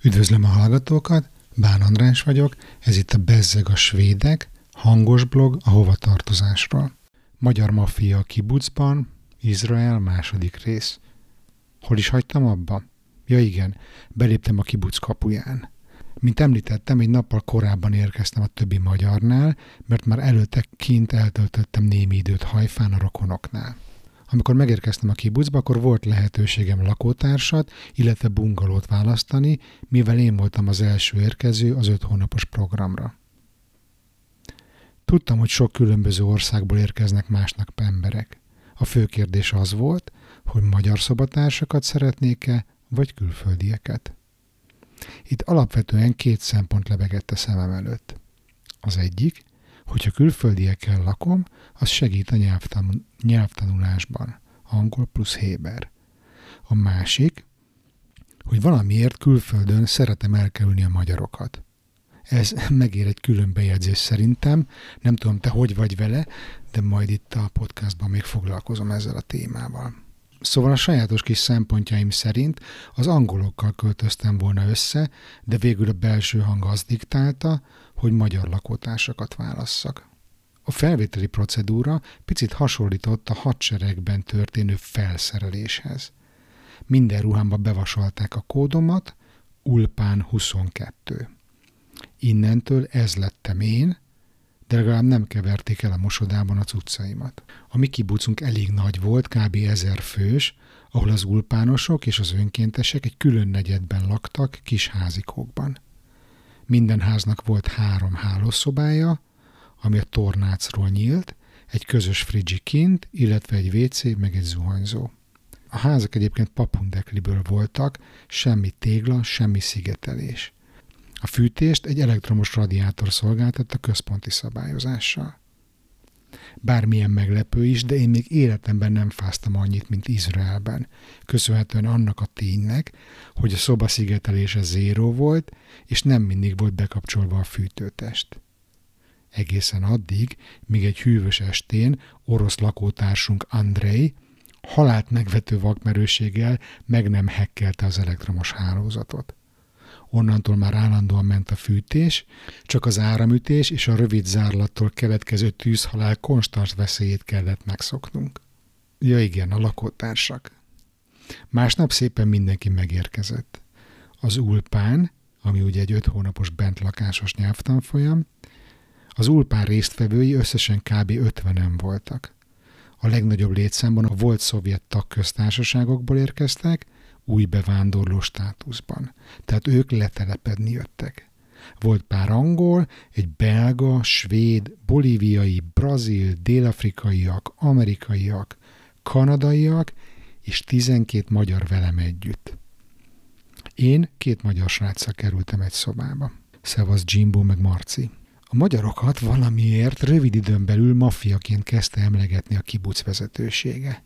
Üdvözlöm a hallgatókat, Bán András vagyok, ez itt a Bezzeg a svédek, hangos blog a hovatartozásról. Magyar maffia a kibucban, Izrael második rész. Hol is hagytam abba? Ja igen, beléptem a kibuc kapuján. Mint említettem, egy nappal korábban érkeztem a többi magyarnál, mert már előtte kint eltöltöttem némi időt Hajfán a rokonoknál. Amikor megérkeztem a kibucba, akkor volt lehetőségem lakótársat, illetve bungalót választani, mivel én voltam az első érkező az 5 hónapos programra. Tudtam, hogy sok különböző országból érkeznek másnak emberek. A fő kérdés az volt, hogy magyar szobatársakat szeretnék-e, vagy külföldieket. Itt alapvetően 2 szempont lebegett a szemem előtt. Az egyik, hogyha külföldiekkel lakom, az segít a nyelvtanulásban, angol plusz héber. A másik, hogy valamiért külföldön szeretem elkerülni a magyarokat. Ez megér egy külön bejegyzés szerintem, nem tudom te hogy vagy vele, de majd itt a podcastban még foglalkozom ezzel a témával. Szóval a sajátos kis szempontjaim szerint az angolokkal költöztem volna össze, de végül a belső hang az diktálta, hogy magyar lakótársakat válasszak. A felvételi procedúra picit hasonlított a hadseregben történő felszereléshez. Minden ruhámba bevasalták a kódomat, Ulpán 22. Innentől ez lettem én, de legalább nem keverték el a mosodában a cuccaimat. A mi kibucunk elég nagy volt, kb. 1000 fős, ahol az ulpánosok és az önkéntesek egy külön negyedben laktak kis házikókban. Minden háznak volt 3 hálószobája, ami a tornácról nyílt, egy közös frigyi kint, illetve egy WC, meg egy zuhanyzó. A házak egyébként papundekliből voltak, semmi tégla, semmi szigetelés. A fűtést egy elektromos radiátor szolgáltatta központi szabályozással. Bármilyen meglepő is, de én még életemben nem fáztam annyit, mint Izraelben, köszönhetően annak a ténynek, hogy a szoba szigetelése 0 volt, és nem mindig volt bekapcsolva a fűtőtest. Egészen addig, míg egy hűvös estén orosz lakótársunk Andrei halált megvető vakmerőséggel meg nem hekkelte az elektromos hálózatot. Onnantól már állandóan ment a fűtés, csak az áramütés és a rövid zárlattól keletkező tűzhalál konstans veszélyét kellett megszoknunk. Ja igen, a lakótársak. Másnap szépen mindenki megérkezett. Az Ulpán, ami ugye egy 5 hónapos bentlakásos nyelvtanfolyam, az Ulpán résztvevői összesen kb. 50-en voltak. A legnagyobb létszámban a volt szovjet tagköztársaságokból érkeztek, új bevándorló státuszban. Tehát ők letelepedni jöttek. Volt pár angol, egy belga, svéd, bolíviai, brazil, dél-afrikaiak, amerikaiak, kanadaiak és 12 magyar velem együtt. Én 2 magyar sráccal kerültem egy szobába. Szevasz Jimbo meg Marci. A magyarokat valamiért rövid időn belül maffiaként kezdte emlegetni a kibuc vezetősége.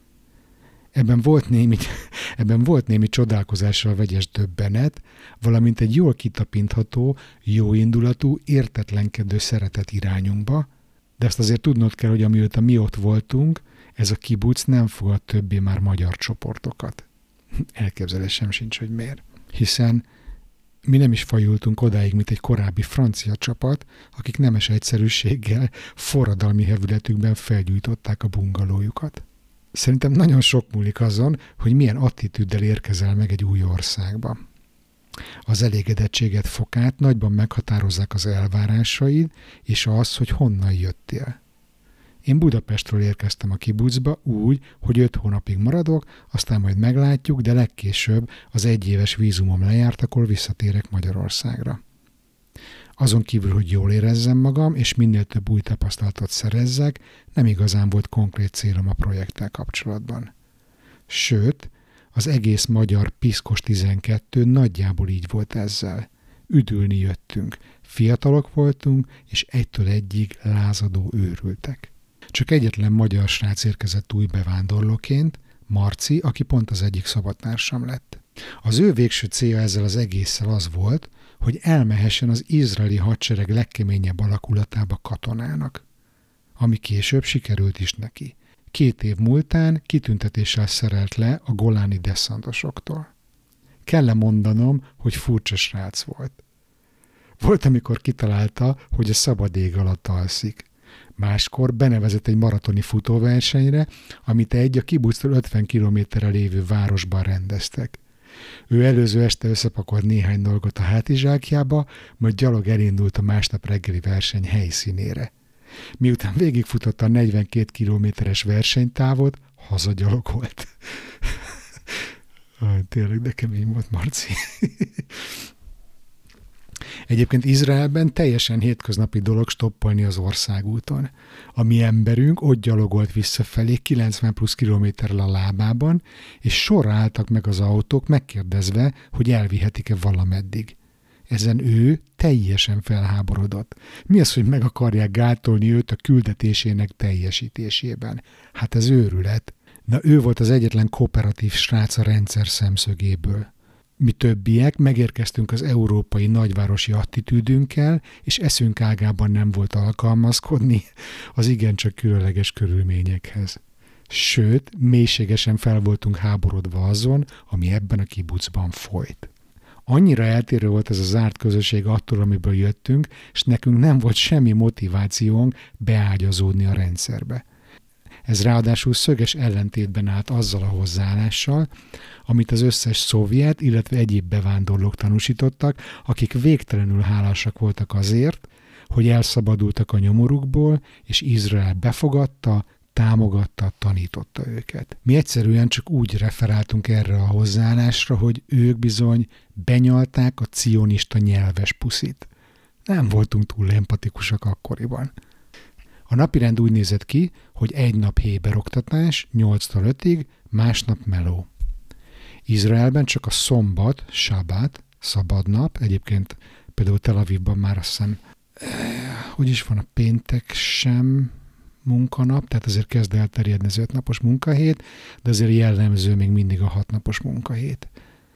Ebben volt némi csodálkozással vegyes döbbenet, valamint egy jól kitapintható, jóindulatú, értetlenkedő szeretet irányunkba, de azt azért tudnod kell, hogy amióta mi ott voltunk, ez a kibuc nem fogad többé már magyar csoportokat. Elképzelésem sincs, hogy miért. Hiszen mi nem is fajultunk odáig, mint egy korábbi francia csapat, akik nemes egyszerűséggel, forradalmi hevületükben felgyújtották a bungalójukat. Szerintem nagyon sok múlik azon, hogy milyen attitűddel érkezel meg egy új országba. Az elégedettséget fokát nagyban meghatározzák az elvárásaid, és az, hogy honnan jöttél. Én Budapestről érkeztem a kibucba úgy, hogy 5 hónapig maradok, aztán majd meglátjuk, de legkésőbb az 1 éves vízumom lejárt, akkor visszatérek Magyarországra. Azon kívül, hogy jól érezzem magam, és minél több új tapasztalatot szerezzek, nem igazán volt konkrét célom a projekttel kapcsolatban. Sőt, az egész magyar Piszkos 12 nagyjából így volt ezzel. Üdülni jöttünk, fiatalok voltunk, és egytől egyig lázadó őrültek. Csak egyetlen magyar srác érkezett új bevándorlóként, Marci, aki pont az egyik szobatársam lett. Az ő végső célja ezzel az egésszel az volt, hogy elmehessen az izraeli hadsereg legkeményebb alakulatába katonának. Ami később sikerült is neki. 2 év múltán kitüntetéssel szerelt le a goláni desszantosoktól. kell-e mondanom, hogy furcsa srác volt. Volt, amikor kitalálta, hogy a szabad ég alatt alszik. Máskor benevezett egy maratoni futóversenyre, amit a kibuctól 50 kilométerre lévő városban rendeztek. Ő előző este összepakolt néhány dolgot a hátizsákjába, majd gyalog elindult a másnap reggeli verseny helyszínére. Miután végigfutotta a 42 kilométeres versenytávot, hazagyalogolt. Tényleg, de kemény volt, Marci. Egyébként Izraelben teljesen hétköznapi dolog stoppolni az országúton. A mi emberünk ott gyalogolt visszafelé 90 plusz kilométerrel a lábában, és sorra álltak meg az autók megkérdezve, hogy elvihetik-e valameddig. Ezen ő teljesen felháborodott. Mi az, hogy meg akarják gátolni őt a küldetésének teljesítésében? Hát ez őrület. Na, ő volt az egyetlen kooperatív srác a rendszer szemszögéből. Mi többiek megérkeztünk az európai nagyvárosi attitűdünkkel, és eszünk ágában nem volt alkalmazkodni az igencsak különleges körülményekhez. Sőt, mélységesen fel voltunk háborodva azon, ami ebben a kibucban folyt. Annyira eltérő volt ez a zárt közösség attól, amiből jöttünk, és nekünk nem volt semmi motivációnk beágyazódni a rendszerbe. Ez ráadásul szöges ellentétben állt azzal a hozzáállással, amit az összes szovjet, illetve egyéb bevándorlók tanúsítottak, akik végtelenül hálásak voltak azért, hogy elszabadultak a nyomorukból, és Izrael befogadta, támogatta, tanította őket. Mi egyszerűen csak úgy referáltunk erre a hozzáállásra, hogy ők bizony benyalták a cionista nyelves puszit. Nem voltunk túl empatikusak akkoriban. A napirend úgy nézett ki, hogy egy nap héber oktatás 8-tól 5-ig, másnap meló. Izraelben csak a szombat, sabát, szabadnap, egyébként például Tel Avivban már azt hiszem, hogy is van, a péntek sem munkanap, tehát azért kezd elterjedni az 5 napos munkahét, de azért jellemző még mindig a 6 napos munkahét.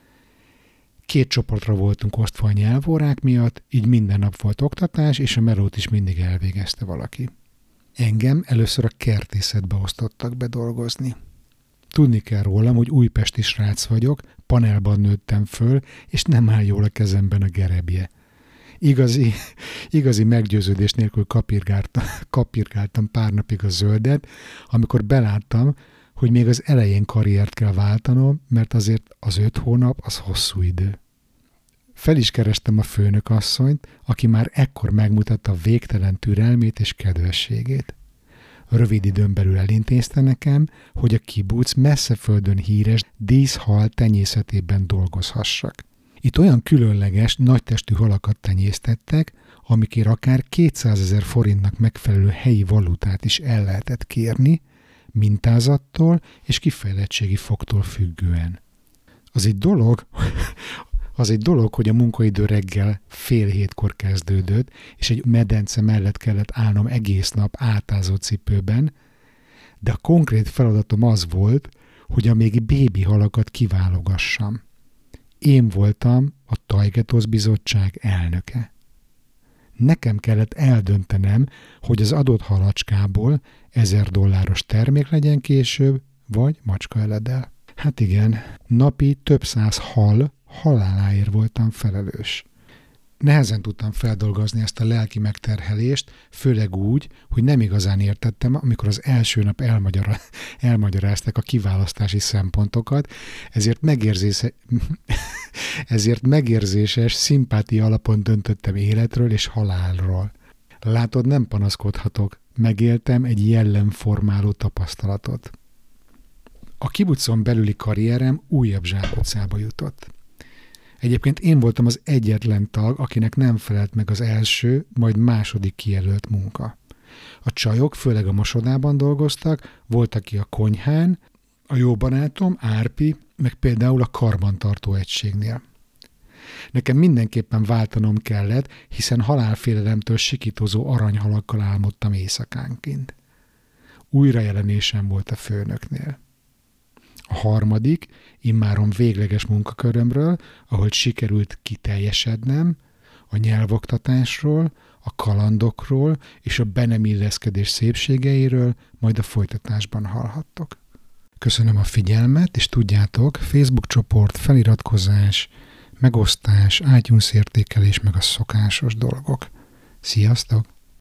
2 csoportra voltunk osztva a nyelvórák miatt, így minden nap volt oktatás, és a melót is mindig elvégezte valaki. Engem először a kertészetbe osztottak be dolgozni. Tudni kell rólam, hogy újpesti srác vagyok, panelban nőttem föl, és nem áll jól a kezemben a gerebje. Igazi meggyőződés nélkül kapirgáltam pár napig a zöldet, amikor beláttam, hogy még az elején karriert kell váltanom, mert azért az 5 hónap az hosszú idő. Fel is kerestem a főnökasszonyt, aki már ekkor megmutatta végtelen türelmét és kedvességét. Rövid időn belül elintézte nekem, hogy a kibuc messze földön híres díszhal tenyészetében dolgozhassak. Itt olyan különleges, nagytestű halakat tenyésztettek, amikért akár 200 000 forintnak megfelelő helyi valutát is el lehetett kérni, mintázattól és kifejlettségi foktól függően. Az egy dolog, hogy a munkaidő reggel 6:30 kezdődött, és egy medence mellett kellett állnom egész nap átázó cipőben, de a konkrét feladatom az volt, hogy a még bébi halakat kiválogassam. Én voltam a Tajgetosz bizottság elnöke. Nekem kellett eldöntenem, hogy az adott halacskából $1000 termék legyen később, vagy macskaeledel. Hát igen, napi több száz hal haláláért voltam felelős. Nehezen tudtam feldolgozni ezt a lelki megterhelést, főleg úgy, hogy nem igazán értettem, amikor az első nap elmagyarázták a kiválasztási szempontokat, ezért megérzéses, szimpátia alapon döntöttem életről és halálról. Látod, nem panaszkodhatok, megéltem egy jellemformáló tapasztalatot. A kibucon belüli karrierem újabb zsákutcába jutott. Egyébként én voltam az egyetlen tag, akinek nem felelt meg az első, majd második kijelölt munka. A csajok főleg a mosodában dolgoztak, volt aki a konyhán, a jó barátom, Árpi, meg például a karbantartó egységnél. Nekem mindenképpen váltanom kellett, hiszen halálfélelemtől sikítozó aranyhalakkal álmodtam éjszakánként. Újrajelenésem volt a főnöknél. A harmadik, immáron végleges munkakörömről, ahol sikerült kiteljesednem, a nyelvoktatásról, a kalandokról és a be nem illeszkedés szépségeiről majd a folytatásban hallhattok. Köszönöm a figyelmet, és tudjátok, Facebook csoport, feliratkozás, megosztás, iTunes értékelés, meg a szokásos dolgok. Sziasztok!